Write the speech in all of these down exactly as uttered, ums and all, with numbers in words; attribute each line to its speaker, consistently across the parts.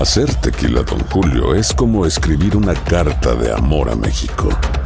Speaker 1: Hacer Tequila Don Julio es como escribir una carta de amor a México.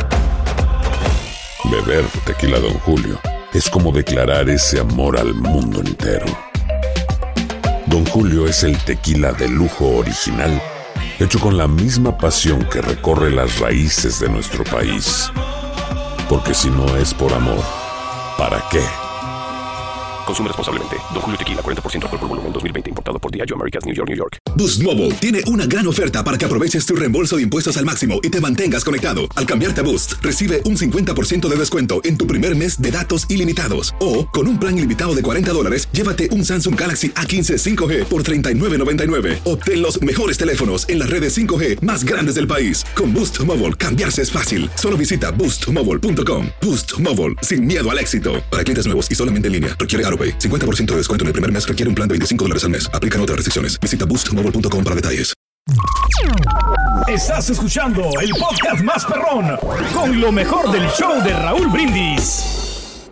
Speaker 1: Beber Tequila Don Julio es como declarar ese amor al mundo entero. Don Julio es el tequila de lujo original, hecho con la misma pasión que recorre las raíces de nuestro país. Porque si no es por amor, ¿para qué?
Speaker 2: Consume responsablemente. Don Julio Tequila, cuarenta por ciento alcohol por volumen, dos mil veinte, importado por Diageo Americas, New York, New York.
Speaker 3: Boost Mobile tiene una gran oferta para que aproveches tu reembolso de impuestos al máximo y te mantengas conectado. Al cambiarte a Boost, recibe un cincuenta por ciento de descuento en tu primer mes de datos ilimitados. O, con un plan ilimitado de cuarenta dólares, llévate un Samsung Galaxy A quince cinco G por treinta y nueve noventa y nueve. Obtén los mejores teléfonos en las redes cinco G más grandes del país. Con Boost Mobile, cambiarse es fácil. Solo visita boost mobile punto com. Boost Mobile, sin miedo al éxito. Para clientes nuevos y solamente en línea, requiere AutoPay. cincuenta por ciento de descuento en el primer mes, requiere un plan de veinticinco dólares al mes. Aplican otras restricciones. Visita boost mobile punto com para detalles.
Speaker 4: Estás escuchando el podcast más perrón con lo mejor del show de Raúl Brindis.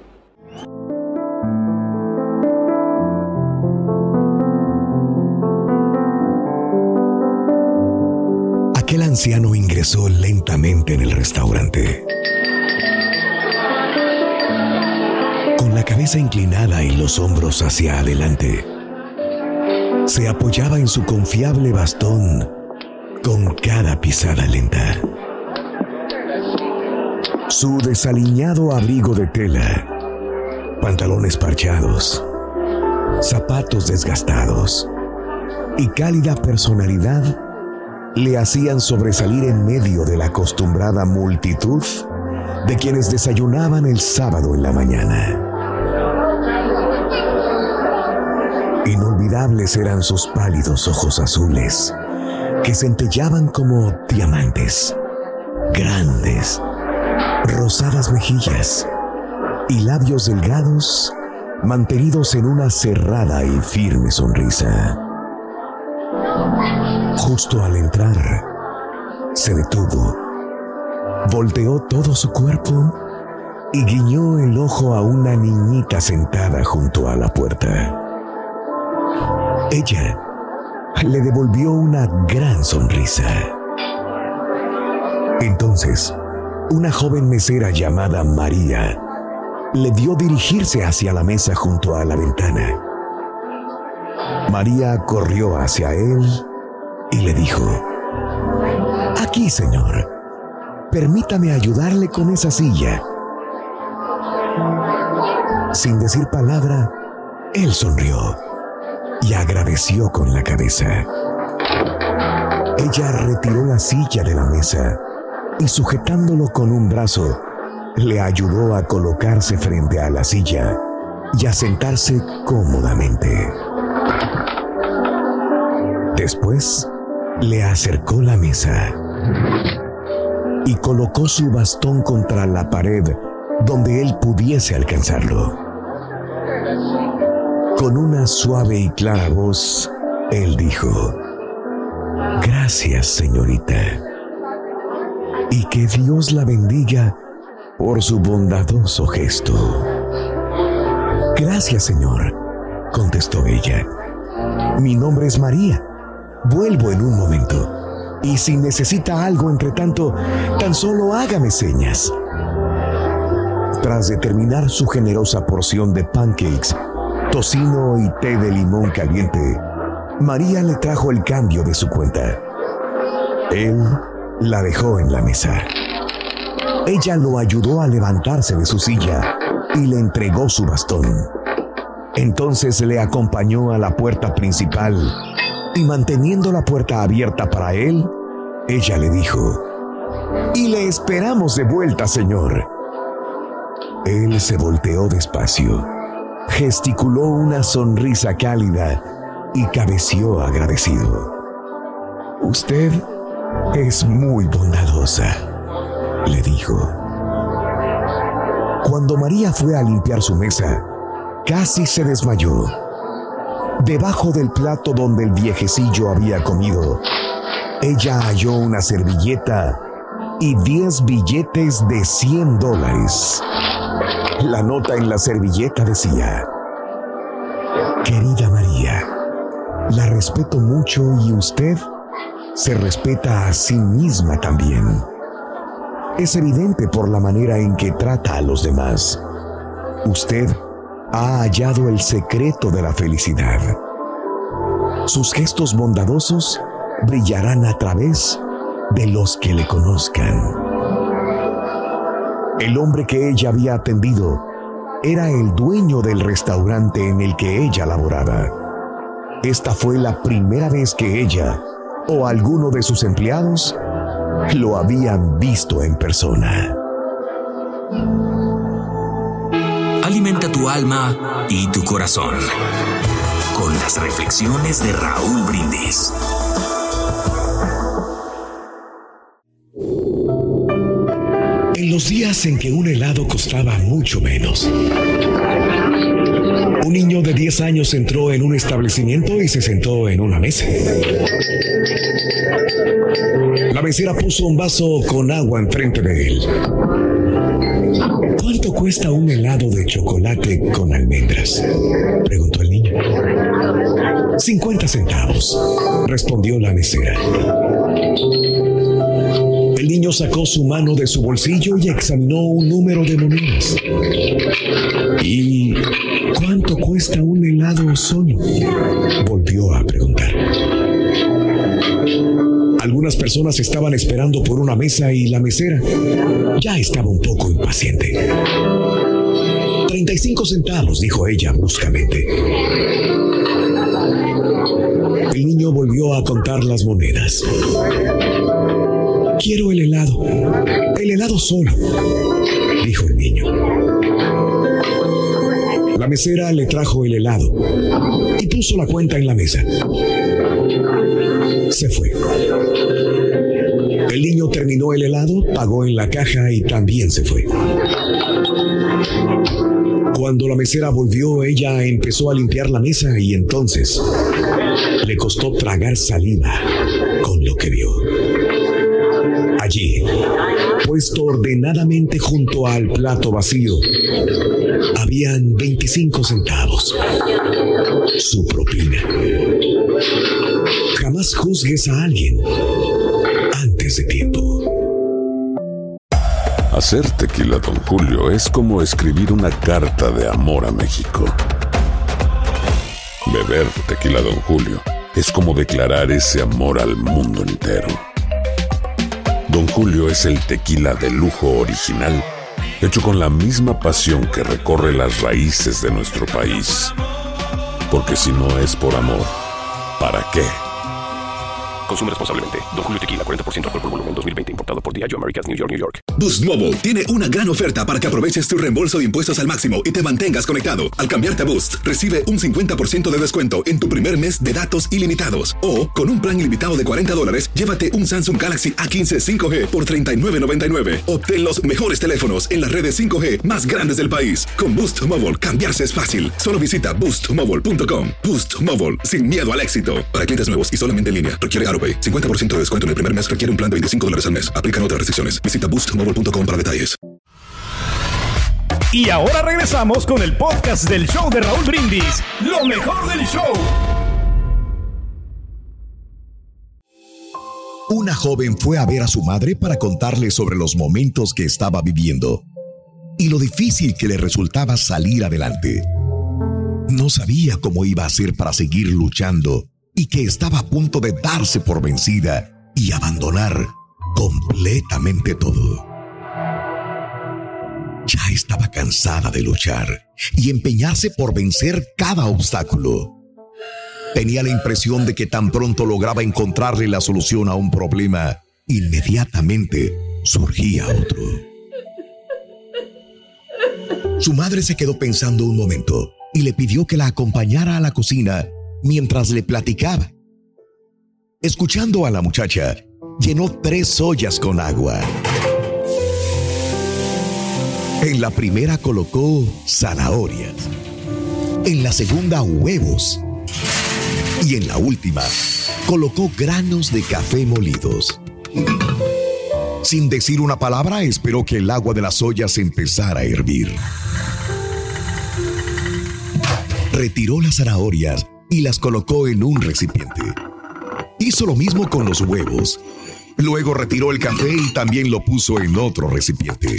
Speaker 5: Aquel anciano ingresó lentamente en el restaurante. Con la cabeza inclinada y los hombros hacia adelante, se apoyaba en su confiable bastón con cada pisada lenta. Su desaliñado abrigo de tela, pantalones parchados, zapatos desgastados y cálida personalidad le hacían sobresalir en medio de la acostumbrada multitud de quienes desayunaban el sábado en la mañana. Inolvidables eran sus pálidos ojos azules, que centellaban como diamantes, grandes, rosadas mejillas y labios delgados mantenidos en una cerrada y firme sonrisa. Justo al entrar, se detuvo, volteó todo su cuerpo y guiñó el ojo a una niñita sentada junto a la puerta. Ella le devolvió una gran sonrisa. Entonces, una joven mesera llamada María le vio dirigirse hacia la mesa junto a la ventana. María corrió hacia él y le dijo: «Aquí, señor. Permítame ayudarle con esa silla». Sin decir palabra, él sonrió y agradeció con la cabeza. Ella retiró la silla de la mesa y, sujetándolo con un brazo, le ayudó a colocarse frente a la silla y a sentarse cómodamente. Después, le acercó la mesa y colocó su bastón contra la pared donde él pudiese alcanzarlo. Con una suave y clara voz, él dijo: «Gracias, señorita, y que Dios la bendiga por su bondadoso gesto». «Gracias, señor», contestó ella. «Mi nombre es María. Vuelvo en un momento, y si necesita algo entre tanto, tan solo hágame señas». Tras de terminar su generosa porción de pancakes, tocino y té de limón caliente, María le trajo el cambio de su cuenta. Él la dejó en la mesa. Ella lo ayudó a levantarse de su silla y le entregó su bastón. Entonces le acompañó a la puerta principal y, manteniendo la puerta abierta para él, ella le dijo: «Y le esperamos de vuelta, señor». Él se volteó despacio, gesticuló una sonrisa cálida y cabeció agradecido. «Usted es muy bondadosa», le dijo. Cuando María fue a limpiar su mesa, casi se desmayó. Debajo del plato donde el viejecillo había comido, ella halló una servilleta y diez billetes de cien dólares. La nota en la servilleta decía: «Querida María, la respeto mucho y usted se respeta a sí misma también. Es evidente por la manera en que trata a los demás. Usted ha hallado el secreto de la felicidad. Sus gestos bondadosos brillarán a través de los que le conozcan. El hombre que ella había atendido era el dueño del restaurante en el que ella laboraba. Esta fue la primera vez que ella o alguno de sus empleados lo habían visto en persona.
Speaker 6: Alimenta tu alma y tu corazón con las reflexiones de Raúl Brindis.
Speaker 5: En los días en que un helado costaba mucho menos, un niño de diez años entró en un establecimiento y se sentó en una mesa. La mesera puso un vaso con agua enfrente de él. ¿Cuánto cuesta un helado de chocolate con almendras?, preguntó el niño. cincuenta centavos, respondió la mesera. El niño sacó su mano de su bolsillo y examinó un número de monedas. ¿Y cuánto cuesta un helado ozono?, volvió a preguntar. Algunas personas estaban esperando por una mesa y la mesera ya estaba un poco impaciente. treinta y cinco centavos, dijo ella bruscamente. El niño volvió a contar las monedas. Quiero el helado, el helado solo, dijo el niño. La mesera le trajo el helado y puso la cuenta en la mesa. Se fue. El niño terminó el helado, pagó en la caja y también se fue. Cuando la mesera volvió, ella empezó a limpiar la mesa y entonces le costó tragar saliva con lo que vio. Allí, puesto ordenadamente junto al plato vacío, habían veinticinco centavos. Su propina. Jamás juzgues a alguien antes de tiempo.
Speaker 1: Hacer tequila Don Julio es como escribir una carta de amor a México. Beber tequila Don Julio es como declarar ese amor al mundo entero. Don Julio es el tequila de lujo original, hecho con la misma pasión que recorre las raíces de nuestro país. Porque si no es por amor, ¿para qué?
Speaker 2: Consume responsablemente. Don Julio Tequila, cuarenta por ciento alcohol por volumen, dos mil veinte. Importado por Diageo Americas, New York, New York.
Speaker 3: Boost Mobile tiene una gran oferta para que aproveches tu reembolso de impuestos al máximo y te mantengas conectado. Al cambiarte a Boost, recibe un cincuenta por ciento de descuento en tu primer mes de datos ilimitados. O, con un plan ilimitado de cuarenta dólares, llévate un Samsung Galaxy A quince cinco G por treinta y nueve noventa y nueve. Obtén los mejores teléfonos en las redes cinco G más grandes del país. Con Boost Mobile, cambiarse es fácil. Solo visita boost mobile punto com. Boost Mobile, sin miedo al éxito. Para clientes nuevos y solamente en línea, requiere AutoPay. cincuenta por ciento de descuento en el primer mes requiere un plan de veinticinco dólares al mes. Aplican otras restricciones. Visita boost mobile punto com para detalles.
Speaker 4: Y ahora regresamos con el podcast del show de Raúl Brindis. Lo mejor del show.
Speaker 5: Una joven fue a ver a su madre para contarle sobre los momentos que estaba viviendo y lo difícil que le resultaba salir adelante. No sabía cómo iba a hacer para seguir luchando y que estaba a punto de darse por vencida y abandonar completamente todo. Ya estaba cansada de luchar y empeñarse por vencer cada obstáculo. Tenía la impresión de que tan pronto lograba encontrarle la solución a un problema, inmediatamente surgía otro. Su madre se quedó pensando un momento y le pidió que la acompañara a la cocina mientras le platicaba. Escuchando a la muchacha, llenó tres ollas con agua. En la primera colocó zanahorias, en la segunda huevos y en la última colocó granos de café molidos. Sin decir una palabra, esperó que el agua de las ollas empezara a hervir. Retiró las zanahorias y las colocó en un recipiente. Hizo lo mismo con los huevos. Luego retiró el café y también lo puso en otro recipiente.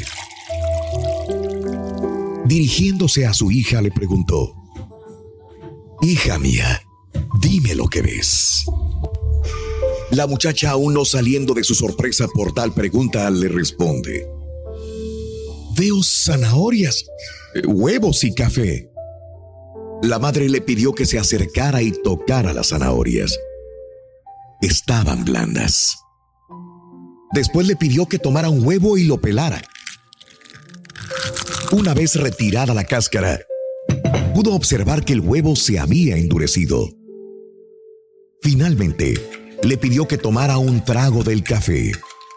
Speaker 5: Dirigiéndose a su hija, le preguntó: hija mía, dime lo que ves. La muchacha, aún no saliendo de su sorpresa por tal pregunta, le responde: veo zanahorias, huevos y café. La madre le pidió que se acercara y tocara las zanahorias. Estaban blandas. Después le pidió que tomara un huevo y lo pelara. Una vez retirada la cáscara, pudo observar que el huevo se había endurecido. Finalmente, le pidió que tomara un trago del café.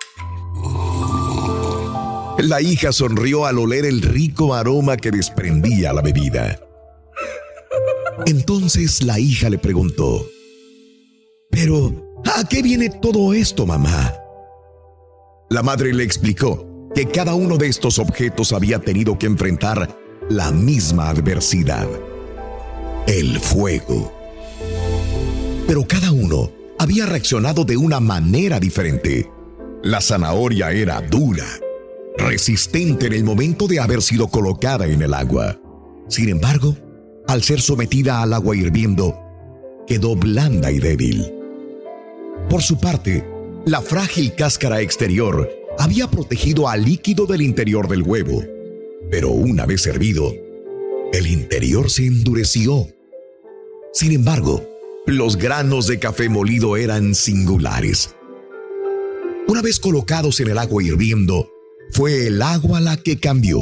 Speaker 5: La hija sonrió al oler el rico aroma que desprendía la bebida. Entonces la hija le preguntó: ¿pero a qué viene todo esto, mamá? La madre le explicó que cada uno de estos objetos había tenido que enfrentar la misma adversidad: el fuego. Pero cada uno había reaccionado de una manera diferente. La zanahoria era dura, resistente en el momento de haber sido colocada en el agua. Sin embargo, al ser sometida al agua hirviendo, quedó blanda y débil. Por su parte, la frágil cáscara exterior había protegido al líquido del interior del huevo, pero una vez hervido, el interior se endureció. Sin embargo, los granos de café molido eran singulares. Una vez colocados en el agua hirviendo, fue el agua la que cambió.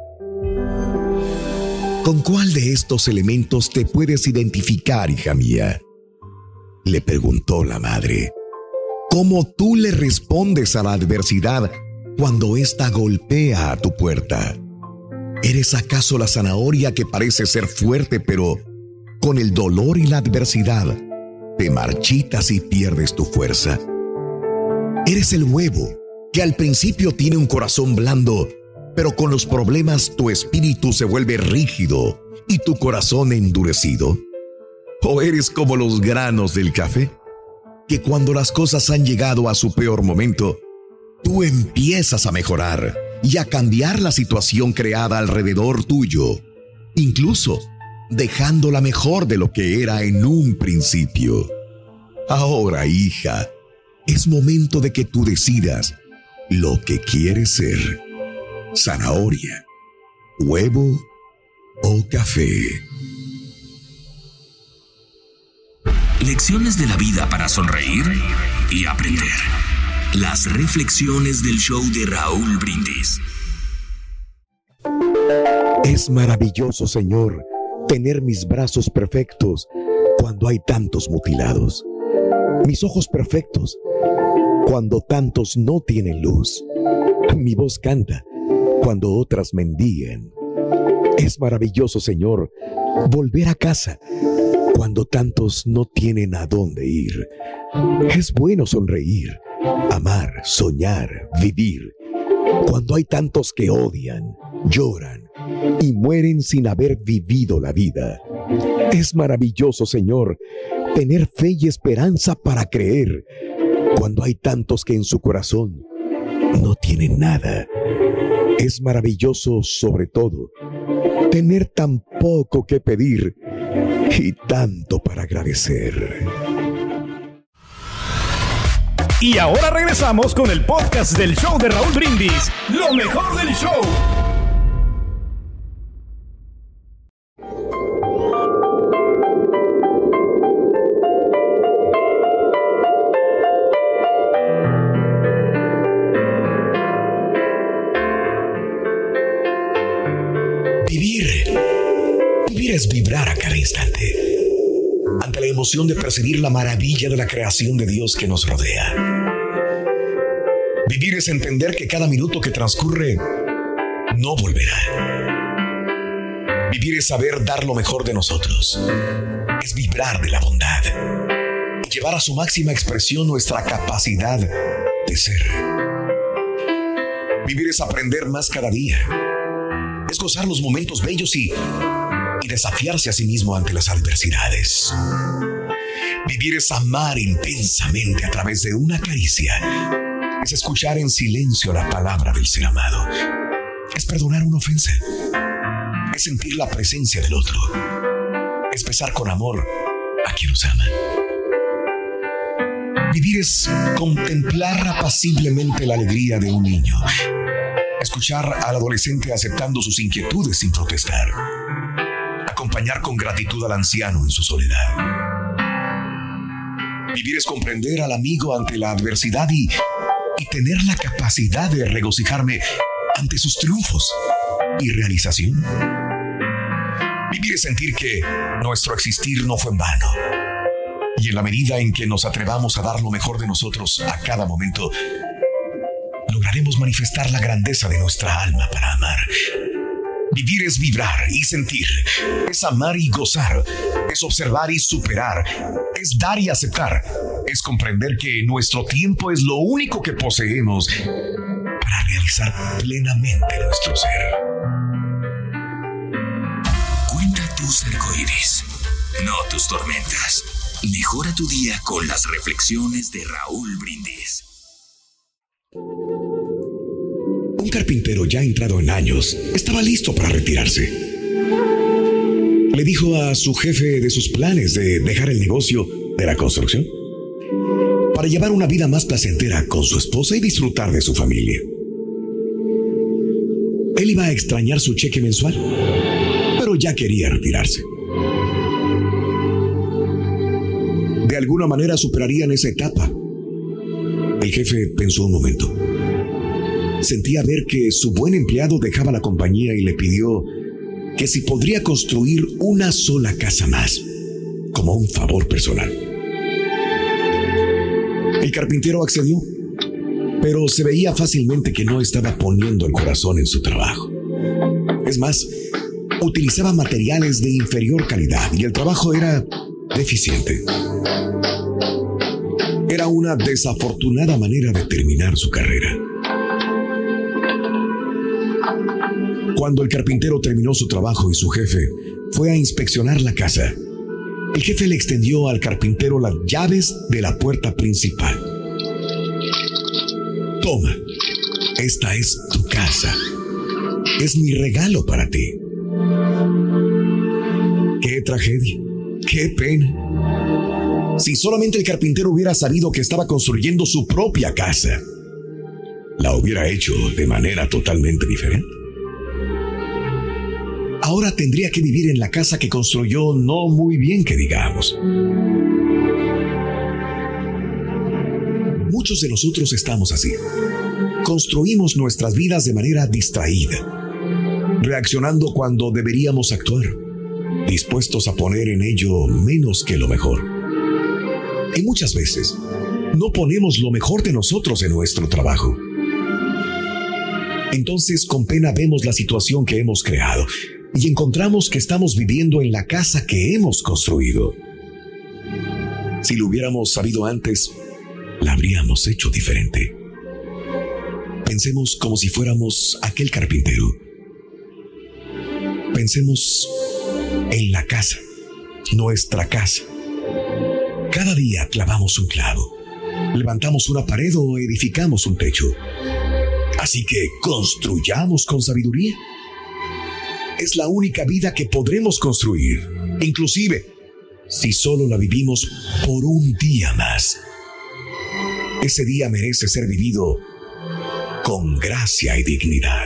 Speaker 5: ¿Con cuál de estos elementos te puedes identificar, hija mía?, le preguntó la madre. ¿Cómo tú le respondes a la adversidad cuando ésta golpea a tu puerta? ¿Eres acaso la zanahoria que parece ser fuerte, pero con el dolor y la adversidad te marchitas y pierdes tu fuerza? ¿Eres el huevo que al principio tiene un corazón blando, pero con los problemas tu espíritu se vuelve rígido y tu corazón endurecido? ¿O eres como los granos del café, que cuando las cosas han llegado a su peor momento, tú empiezas a mejorar y a cambiar la situación creada alrededor tuyo, incluso dejándola mejor de lo que era en un principio? Ahora, hija, es momento de que tú decidas lo que quieres ser: zanahoria, huevo o café.
Speaker 6: Lecciones de la vida para sonreír y aprender. Las reflexiones del show de Raúl Brindis.
Speaker 5: Es maravilloso, Señor, tener mis brazos perfectos cuando hay tantos mutilados, mis ojos perfectos cuando tantos no tienen luz, mi voz canta cuando otras mendigan. Es maravilloso, Señor, volver a casa cuando tantos no tienen a dónde ir. Es bueno sonreír, amar, soñar, vivir, cuando hay tantos que odian, lloran y mueren sin haber vivido la vida. Es maravilloso, Señor, tener fe y esperanza para creer, cuando hay tantos que en su corazón no tienen nada. Es maravilloso, sobre todo, tener tan poco que pedir y tanto para agradecer.
Speaker 4: Y ahora regresamos con el podcast del show de Raúl Brindis, lo mejor del show.
Speaker 5: Vivir. Vivir es vibrar a cada instante, ante la emoción de percibir la maravilla de la creación de Dios que nos rodea. Vivir es entender que cada minuto que transcurre no volverá. Vivir es saber dar lo mejor de nosotros. Es vibrar de la bondad y llevar a su máxima expresión nuestra capacidad de ser. Vivir es aprender más cada día. Es gozar los momentos bellos y, y desafiarse a sí mismo ante las adversidades. Vivir es amar intensamente a través de una caricia. Es escuchar en silencio la palabra del ser amado. Es perdonar una ofensa. Es sentir la presencia del otro. Es besar con amor a quien nos ama. Vivir es contemplar apaciblemente la alegría de un niño. Escuchar al adolescente aceptando sus inquietudes sin protestar. Acompañar con gratitud al anciano en su soledad. Vivir es comprender al amigo ante la adversidad y, y tener la capacidad de regocijarme ante sus triunfos y realización. Vivir es sentir que nuestro existir no fue en vano. Y en la medida en que nos atrevamos a dar lo mejor de nosotros a cada momento, lograremos manifestar la grandeza de nuestra alma para amar. Vivir es vibrar y sentir, es amar y gozar, es observar y superar, es dar y aceptar, es comprender que nuestro tiempo es lo único que poseemos para realizar plenamente nuestro ser.
Speaker 6: Cuenta tus arcoíris, no tus tormentas. Mejora tu día con las reflexiones de Raúl Brindis.
Speaker 5: Un carpintero ya entrado en años estaba listo para retirarse. Le dijo a su jefe de sus planes de dejar el negocio de la construcción para llevar una vida más placentera con su esposa y disfrutar de su familia. Él iba a extrañar su cheque mensual, pero ya quería retirarse. De alguna manera superarían esa etapa. El jefe pensó un momento. Sentía ver que su buen empleado dejaba la compañía y le pidió que si podría construir una sola casa más, como un favor personal. El carpintero accedió, pero se veía fácilmente que no estaba poniendo el corazón en su trabajo. Es más, utilizaba materiales de inferior calidad y el trabajo era deficiente. Era una desafortunada manera de terminar su carrera. Cuando el carpintero terminó su trabajo y su jefe fue a inspeccionar la casa, el jefe le extendió al carpintero las llaves de la puerta principal. Toma, esta es tu casa. Es mi regalo para ti. ¡Qué tragedia! ¡Qué pena! Si solamente el carpintero hubiera sabido que estaba construyendo su propia casa, la hubiera hecho de manera totalmente diferente. Ahora tendría que vivir en la casa que construyó no muy bien, que digamos. Muchos de nosotros estamos así. Construimos nuestras vidas de manera distraída, reaccionando cuando deberíamos actuar, dispuestos a poner en ello menos que lo mejor. Y muchas veces no ponemos lo mejor de nosotros en nuestro trabajo. Entonces, con pena vemos la situación que hemos creado y encontramos que estamos viviendo en la casa que hemos construido. Si lo hubiéramos sabido antes, la habríamos hecho diferente. Pensemos como si fuéramos aquel carpintero. Pensemos en la casa, nuestra casa. Cada día clavamos un clavo, levantamos una pared o edificamos un techo. Así que construyamos con sabiduría. Es la única vida que podremos construir, inclusive si solo la vivimos por un día más. Ese día merece ser vivido con gracia y dignidad.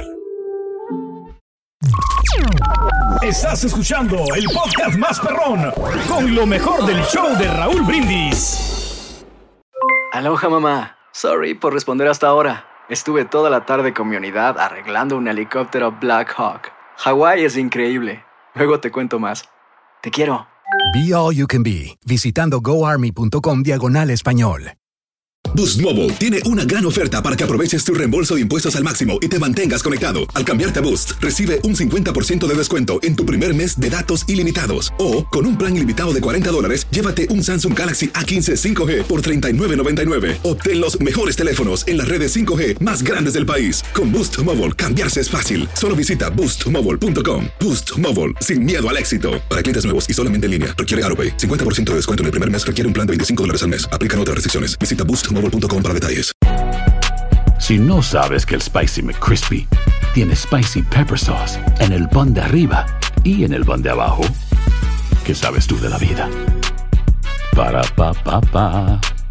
Speaker 4: Estás escuchando el podcast más perrón con lo mejor del show de Raúl Brindis.
Speaker 7: Aloha, mamá. Sorry por responder hasta ahora. Estuve toda la tarde con mi unidad arreglando un helicóptero Black Hawk. Hawái es increíble. Luego te cuento más. Te quiero.
Speaker 8: Be All You Can Be, visitando goarmy.com diagonal español.
Speaker 3: Boost Mobile tiene una gran oferta para que aproveches tu reembolso de impuestos al máximo y te mantengas conectado. Al cambiarte a Boost, recibe un cincuenta por ciento de descuento en tu primer mes de datos ilimitados. O, con un plan ilimitado de cuarenta dólares, llévate un Samsung Galaxy A quince cinco G por treinta y nueve noventa y nueve. Obtén los mejores teléfonos en las redes cinco G más grandes del país. Con Boost Mobile, cambiarse es fácil. Solo visita boost mobile punto com. Boost Mobile, sin miedo al éxito. Para clientes nuevos y solamente en línea, requiere AutoPay. cincuenta por ciento de descuento en el primer mes, requiere un plan de veinticinco dólares al mes. Aplican otras restricciones. Visita boost mobile punto com para detalles.
Speaker 8: Si no sabes que el Spicy McCrispy tiene Spicy Pepper Sauce en el pan de arriba y en el pan de abajo, ¿qué sabes tú de la vida? Para, pa, pa, pa.